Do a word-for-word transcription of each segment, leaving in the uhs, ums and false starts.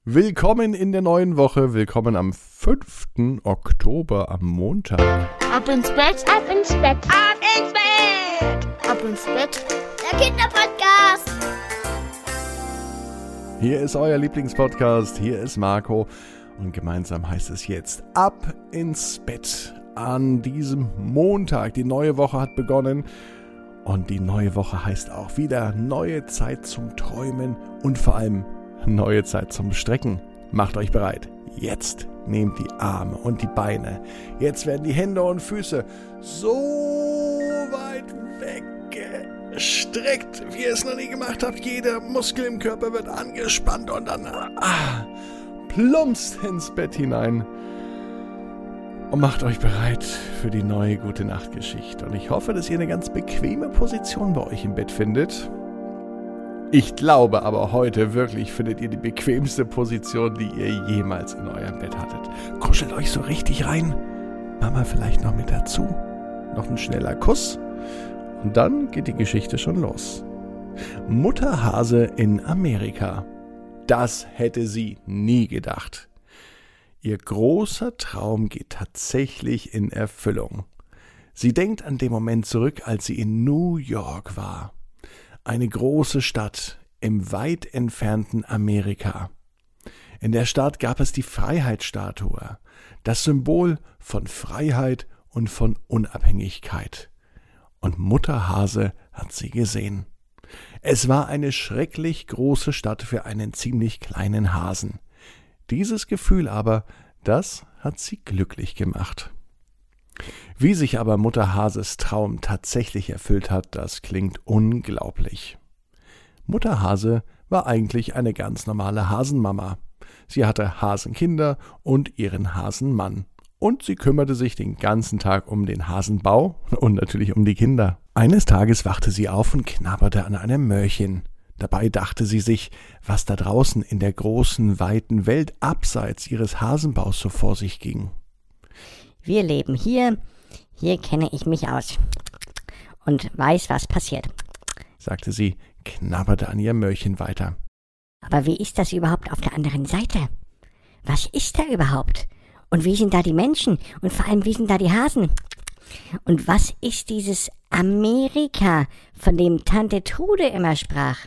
Willkommen in der neuen Woche, willkommen am fünften Oktober, am Montag. Ab ins Bett, ab ins Bett, ab ins Bett, ab ins Bett, der Kinderpodcast. Hier ist euer Lieblingspodcast, hier ist Marco und gemeinsam heißt es jetzt ab ins Bett an diesem Montag. Die neue Woche hat begonnen und die neue Woche heißt auch wieder neue Zeit zum Träumen und vor allem neue Zeit zum Strecken. Macht euch bereit. Jetzt nehmt die Arme und die Beine. Jetzt werden die Hände und Füße so weit weggestreckt, wie ihr es noch nie gemacht habt. Jeder Muskel im Körper wird angespannt und dann ah, plumpst ins Bett hinein. Und macht euch bereit für die neue Gute-Nacht-Geschichte. Und ich hoffe, dass ihr eine ganz bequeme Position bei euch im Bett findet. Ich glaube aber heute wirklich findet ihr die bequemste Position, die ihr jemals in eurem Bett hattet. Kuschelt euch so richtig rein. Mama vielleicht noch mit dazu. Noch ein schneller Kuss. Und dann geht die Geschichte schon los. Mutter Hase in Amerika. Das hätte sie nie gedacht. Ihr großer Traum geht tatsächlich in Erfüllung. Sie denkt an den Moment zurück, als sie in New York war. Eine große Stadt im weit entfernten Amerika. In der Stadt gab es die Freiheitsstatue, das Symbol von Freiheit und von Unabhängigkeit. Und Mutter Hase hat sie gesehen. Es war eine schrecklich große Stadt für einen ziemlich kleinen Hasen. Dieses Gefühl aber, das hat sie glücklich gemacht. Wie sich aber Mutter Hases Traum tatsächlich erfüllt hat, das klingt unglaublich. Mutter Hase war eigentlich eine ganz normale Hasenmama. Sie hatte Hasenkinder und ihren Hasenmann. Und sie kümmerte sich den ganzen Tag um den Hasenbau und natürlich um die Kinder. Eines Tages wachte sie auf und knabberte an einem Möhrchen. Dabei dachte sie sich, was da draußen in der großen, weiten Welt abseits ihres Hasenbaus so vor sich ging. Wir leben hier, hier kenne ich mich aus und weiß, was passiert, sagte sie, knabberte an ihr Möhrchen weiter. Aber wie ist das überhaupt auf der anderen Seite? Was ist da überhaupt? Und wie sind da die Menschen? Und vor allem, wie sind da die Hasen? Und was ist dieses Amerika, von dem Tante Trude immer sprach?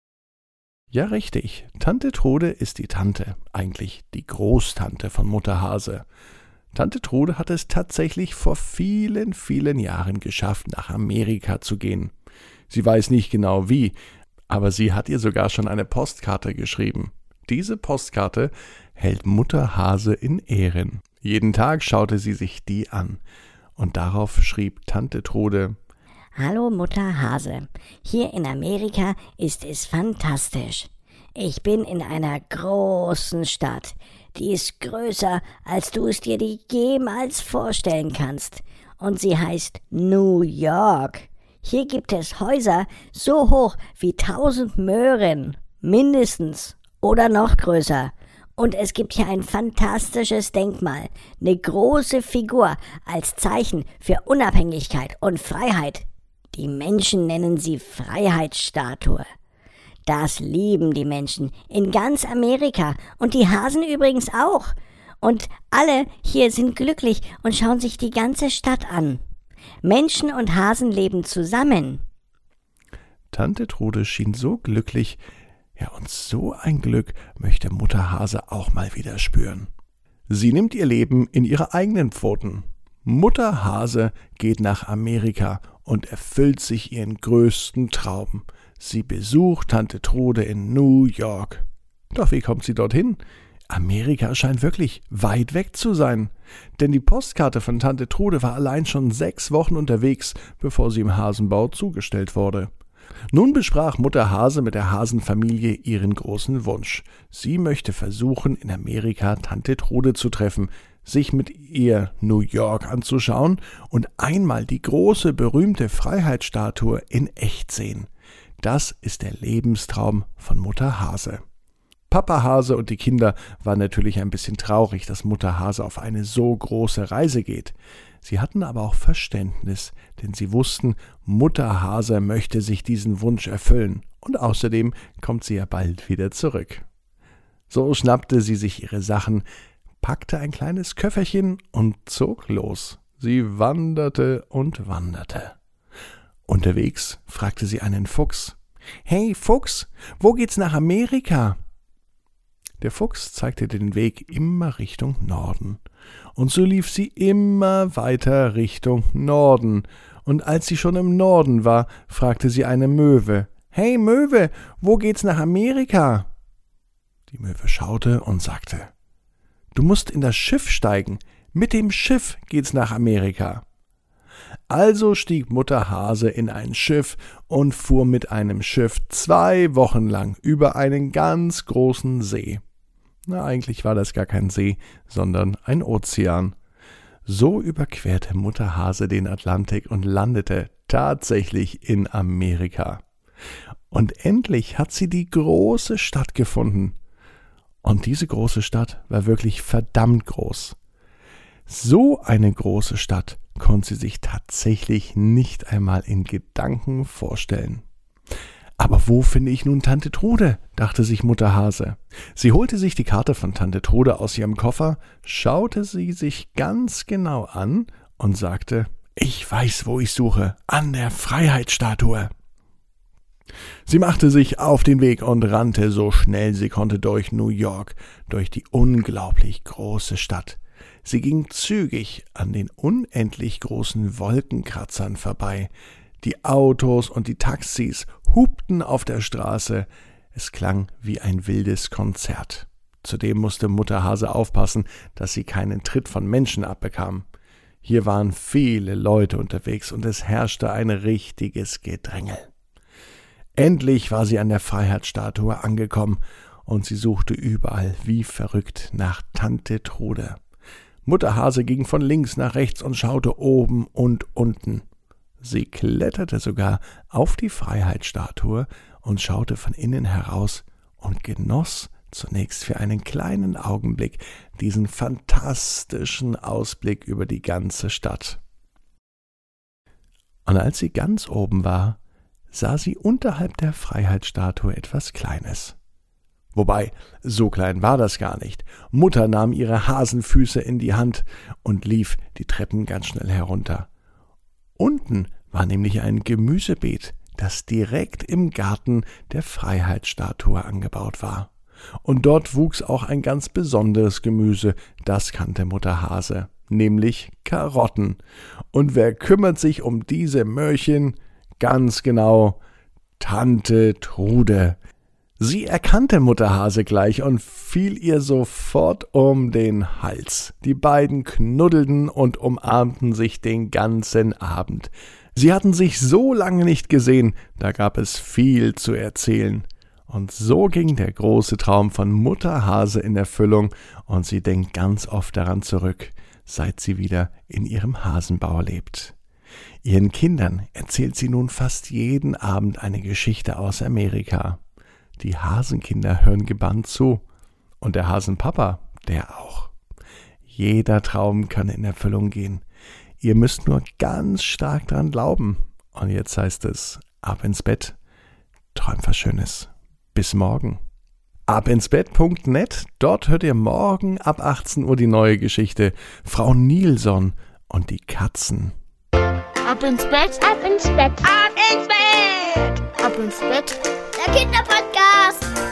Ja, richtig. Tante Trude ist die Tante, eigentlich die Großtante von Mutter Hase. Tante Trude hat es tatsächlich vor vielen, vielen Jahren geschafft, nach Amerika zu gehen. Sie weiß nicht genau wie, aber sie hat ihr sogar schon eine Postkarte geschrieben. Diese Postkarte hält Mutter Hase in Ehren. Jeden Tag schaute sie sich die an. Und darauf schrieb Tante Trude: Hallo Mutter Hase, hier in Amerika ist es fantastisch. Ich bin in einer großen Stadt. Die ist größer, als du es dir jemals vorstellen kannst. Und sie heißt New York. Hier gibt es Häuser so hoch wie tausend Möhren, mindestens, oder noch größer. Und es gibt hier ein fantastisches Denkmal, eine große Figur als Zeichen für Unabhängigkeit und Freiheit. Die Menschen nennen sie Freiheitsstatue. Das lieben die Menschen in ganz Amerika und die Hasen übrigens auch. Und alle hier sind glücklich und schauen sich die ganze Stadt an. Menschen und Hasen leben zusammen. Tante Trude schien so glücklich, ja, und so ein Glück möchte Mutter Hase auch mal wieder spüren. Sie nimmt ihr Leben in ihre eigenen Pfoten. Mutter Hase geht nach Amerika und erfüllt sich ihren größten Traum. Sie besucht Tante Trude in New York. Doch wie kommt sie dorthin? Amerika scheint wirklich weit weg zu sein. Denn die Postkarte von Tante Trude war allein schon sechs Wochen unterwegs, bevor sie im Hasenbau zugestellt wurde. Nun besprach Mutter Hase mit der Hasenfamilie ihren großen Wunsch. Sie möchte versuchen, in Amerika Tante Trude zu treffen, sich mit ihr New York anzuschauen und einmal die große, berühmte Freiheitsstatue in echt sehen. Das ist der Lebenstraum von Mutter Hase. Papa Hase und die Kinder waren natürlich ein bisschen traurig, dass Mutter Hase auf eine so große Reise geht. Sie hatten aber auch Verständnis, denn sie wussten, Mutter Hase möchte sich diesen Wunsch erfüllen und außerdem kommt sie ja bald wieder zurück. So schnappte sie sich ihre Sachen, packte ein kleines Köfferchen und zog los. Sie wanderte und wanderte. Unterwegs fragte sie einen Fuchs: »Hey Fuchs, wo geht's nach Amerika?« Der Fuchs zeigte den Weg immer Richtung Norden. Und so lief sie immer weiter Richtung Norden. Und als sie schon im Norden war, fragte sie eine Möwe: »Hey Möwe, wo geht's nach Amerika?« Die Möwe schaute und sagte: »Du musst in das Schiff steigen. Mit dem Schiff geht's nach Amerika.« Also stieg Mutter Hase in ein Schiff und fuhr mit einem Schiff zwei Wochen lang über einen ganz großen See. Na, eigentlich war das gar kein See, sondern ein Ozean. So überquerte Mutter Hase den Atlantik und landete tatsächlich in Amerika. Und endlich hat sie die große Stadt gefunden. Und diese große Stadt war wirklich verdammt groß. So eine große Stadt konnte sie sich tatsächlich nicht einmal in Gedanken vorstellen. Aber wo finde ich nun Tante Trude, dachte sich Mutter Hase. Sie holte sich die Karte von Tante Trude aus ihrem Koffer, schaute sie sich ganz genau an und sagte: »Ich weiß, wo ich suche, an der Freiheitsstatue.« Sie machte sich auf den Weg und rannte so schnell sie konnte durch New York, durch die unglaublich große Stadt. Sie ging zügig an den unendlich großen Wolkenkratzern vorbei. Die Autos und die Taxis hupten auf der Straße. Es klang wie ein wildes Konzert. Zudem musste Mutter Hase aufpassen, dass sie keinen Tritt von Menschen abbekam. Hier waren viele Leute unterwegs und es herrschte ein richtiges Gedrängel. Endlich war sie an der Freiheitsstatue angekommen und sie suchte überall wie verrückt nach Tante Trude. Mutter Hase ging von links nach rechts und schaute oben und unten. Sie kletterte sogar auf die Freiheitsstatue und schaute von innen heraus und genoss zunächst für einen kleinen Augenblick diesen fantastischen Ausblick über die ganze Stadt. Und als sie ganz oben war, sah sie unterhalb der Freiheitsstatue etwas Kleines. Wobei, so klein war das gar nicht. Mutter nahm ihre Hasenfüße in die Hand und lief die Treppen ganz schnell herunter. Unten war nämlich ein Gemüsebeet, das direkt im Garten der Freiheitsstatue angebaut war. Und dort wuchs auch ein ganz besonderes Gemüse, das kannte Mutter Hase, nämlich Karotten. Und wer kümmert sich um diese Möhrchen? Ganz genau, Tante Trude. Sie erkannte Mutter Hase gleich und fiel ihr sofort um den Hals. Die beiden knuddelten und umarmten sich den ganzen Abend. Sie hatten sich so lange nicht gesehen, da gab es viel zu erzählen. Und so ging der große Traum von Mutter Hase in Erfüllung und sie denkt ganz oft daran zurück, seit sie wieder in ihrem Hasenbau lebt. Ihren Kindern erzählt sie nun fast jeden Abend eine Geschichte aus Amerika. Die Hasenkinder hören gebannt zu und der Hasenpapa, der auch. Jeder Traum kann in Erfüllung gehen. Ihr müsst nur ganz stark dran glauben. Und jetzt heißt es, ab ins Bett, träumt was Schönes. Bis morgen. abinsbett punkt net, dort hört ihr morgen ab achtzehn Uhr die neue Geschichte Frau Nilsson und die Katzen. Ab ins Bett, Ab ins Bett. ab ins Bett, ab ins Bett. Der Kinderpodcast.